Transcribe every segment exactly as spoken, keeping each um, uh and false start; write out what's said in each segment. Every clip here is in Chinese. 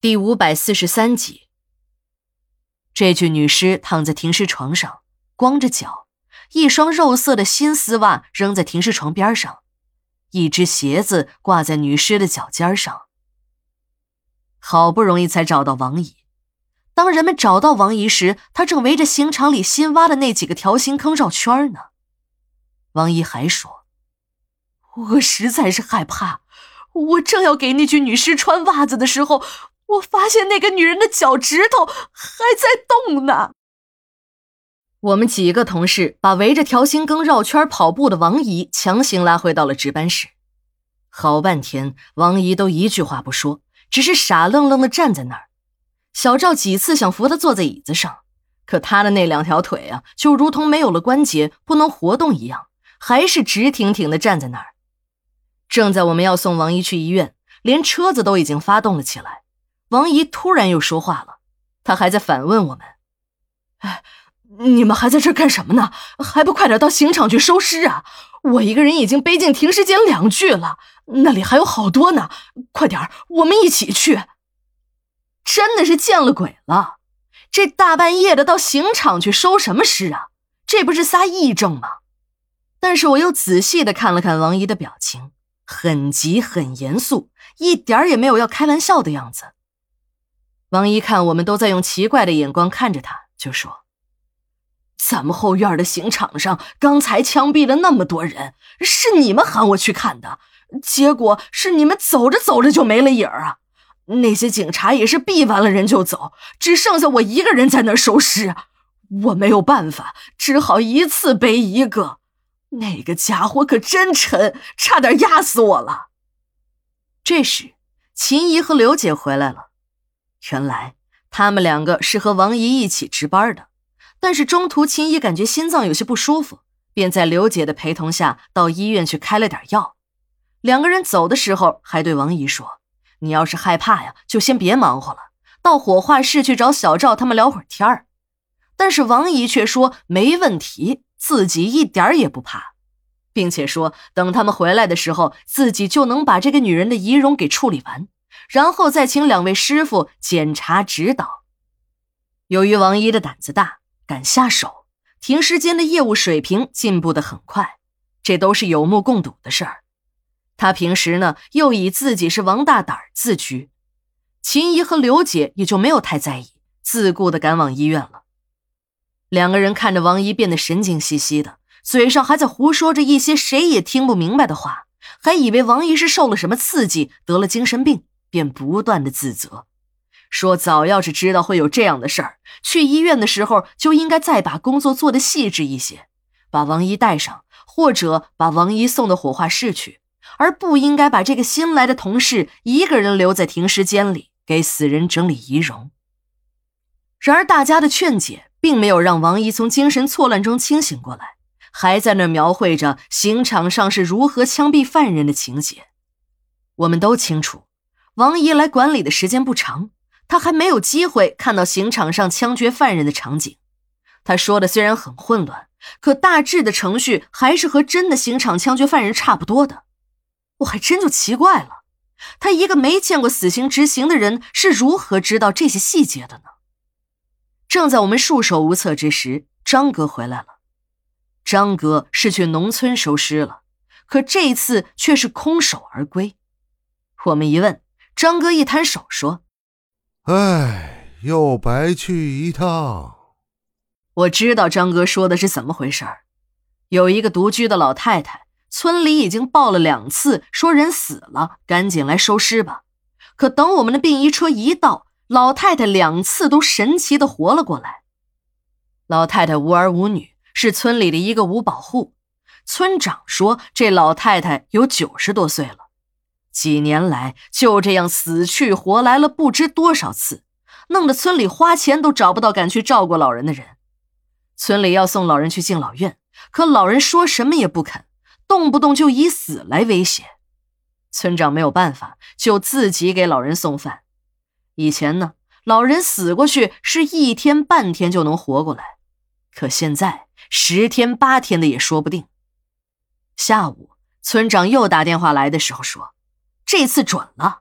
第五百四十三集。这具女尸躺在停尸床上，光着脚，一双肉色的新丝袜扔在停尸床边上，一只鞋子挂在女尸的脚尖上。好不容易才找到王姨。当人们找到王姨时，她正围着刑场里新挖的那几个条形坑绕圈呢。王姨还说：“我实在是害怕，我正要给那具女尸穿袜子的时候，我发现那个女人的脚趾头还在动呢。”我们几个同事把围着条形坑绕圈跑步的王姨强行拉回到了值班室。好半天，王姨都一句话不说，只是傻愣愣地站在那儿。小赵几次想扶她坐在椅子上，可她的那两条腿啊，就如同没有了关节，不能活动一样，还是直挺挺地站在那儿。正在我们要送王姨去医院，连车子都已经发动了起来，王姨突然又说话了，她还在反问我们：“哎，你们还在这干什么呢？还不快点到刑场去收尸啊！我一个人已经背进停尸间两具了，那里还有好多呢，快点，我们一起去。”真的是见了鬼了，这大半夜的到刑场去收什么尸啊？这不是撒癔症吗？但是我又仔细地看了看王姨的表情，很急很严肃，一点也没有要开玩笑的样子。王姨看我们都在用奇怪的眼光看着她，就说：“咱们后院的刑场上刚才枪毙了那么多人，是你们喊我去看的，结果是你们走着走着就没了影儿啊！那些警察也是毙完了人就走，只剩下我一个人在那儿收尸，我没有办法，只好一次背一个。那个家伙可真沉，差点压死我了。”这时秦姨和刘姐回来了，原来他们两个是和王姨一起值班的，但是中途秦姨感觉心脏有些不舒服，便在刘姐的陪同下到医院去开了点药。两个人走的时候还对王姨说：“你要是害怕呀，就先别忙活了，到火化室去找小赵他们聊会儿天儿。”但是王姨却说没问题，自己一点也不怕，并且说等他们回来的时候，自己就能把这个女人的仪容给处理完，然后再请两位师傅检查指导。由于王姨的胆子大，敢下手，停尸间的业务水平进步得很快，这都是有目共睹的事儿。他平时呢，又以自己是王大胆自居，秦姨和刘姐也就没有太在意，自顾地赶往医院了。两个人看着王姨变得神经兮兮的，嘴上还在胡说着一些谁也听不明白的话，还以为王姨是受了什么刺激，得了精神病，便不断地自责，说早要是知道会有这样的事儿，去医院的时候就应该再把工作做得细致一些，把王姨带上，或者把王姨送到火化室去，而不应该把这个新来的同事一个人留在停尸间里给死人整理仪容。然而大家的劝解并没有让王姨从精神错乱中清醒过来，还在那描绘着刑场上是如何枪毙犯人的情节。我们都清楚，王姨来管理的时间不长，她还没有机会看到刑场上枪决犯人的场景。她说的虽然很混乱，可大致的程序还是和真的刑场枪决犯人差不多的。我还真就奇怪了，他一个没见过死刑执行的人是如何知道这些细节的呢？正在我们束手无策之时，张哥回来了。张哥是去农村收尸了，可这一次却是空手而归。我们一问，张哥一摊手说：“ 哎，又白去一趟。” 我知道张哥说的是怎么回事儿。有一个独居的老太太，村里已经报了两次，说人死了，赶紧来收尸吧。可等我们的殡仪车一到，老太太两次都神奇地活了过来。老太太无儿无女，是村里的一个五保户。村长说这老太太有九十多岁了，几年来就这样死去活来了不知多少次，弄得村里花钱都找不到敢去照顾老人的人。村里要送老人去敬老院，可老人说什么也不肯，动不动就以死来威胁。村长没有办法，就自己给老人送饭。以前呢，老人死过去是一天半天就能活过来，可现在十天八天的也说不定。下午村长又打电话来的时候说，这次准了，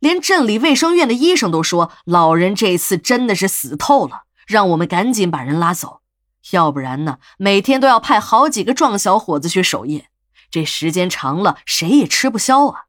连镇里卫生院的医生都说老人这次真的是死透了，让我们赶紧把人拉走，要不然呢，每天都要派好几个壮小伙子去守夜，这时间长了谁也吃不消啊。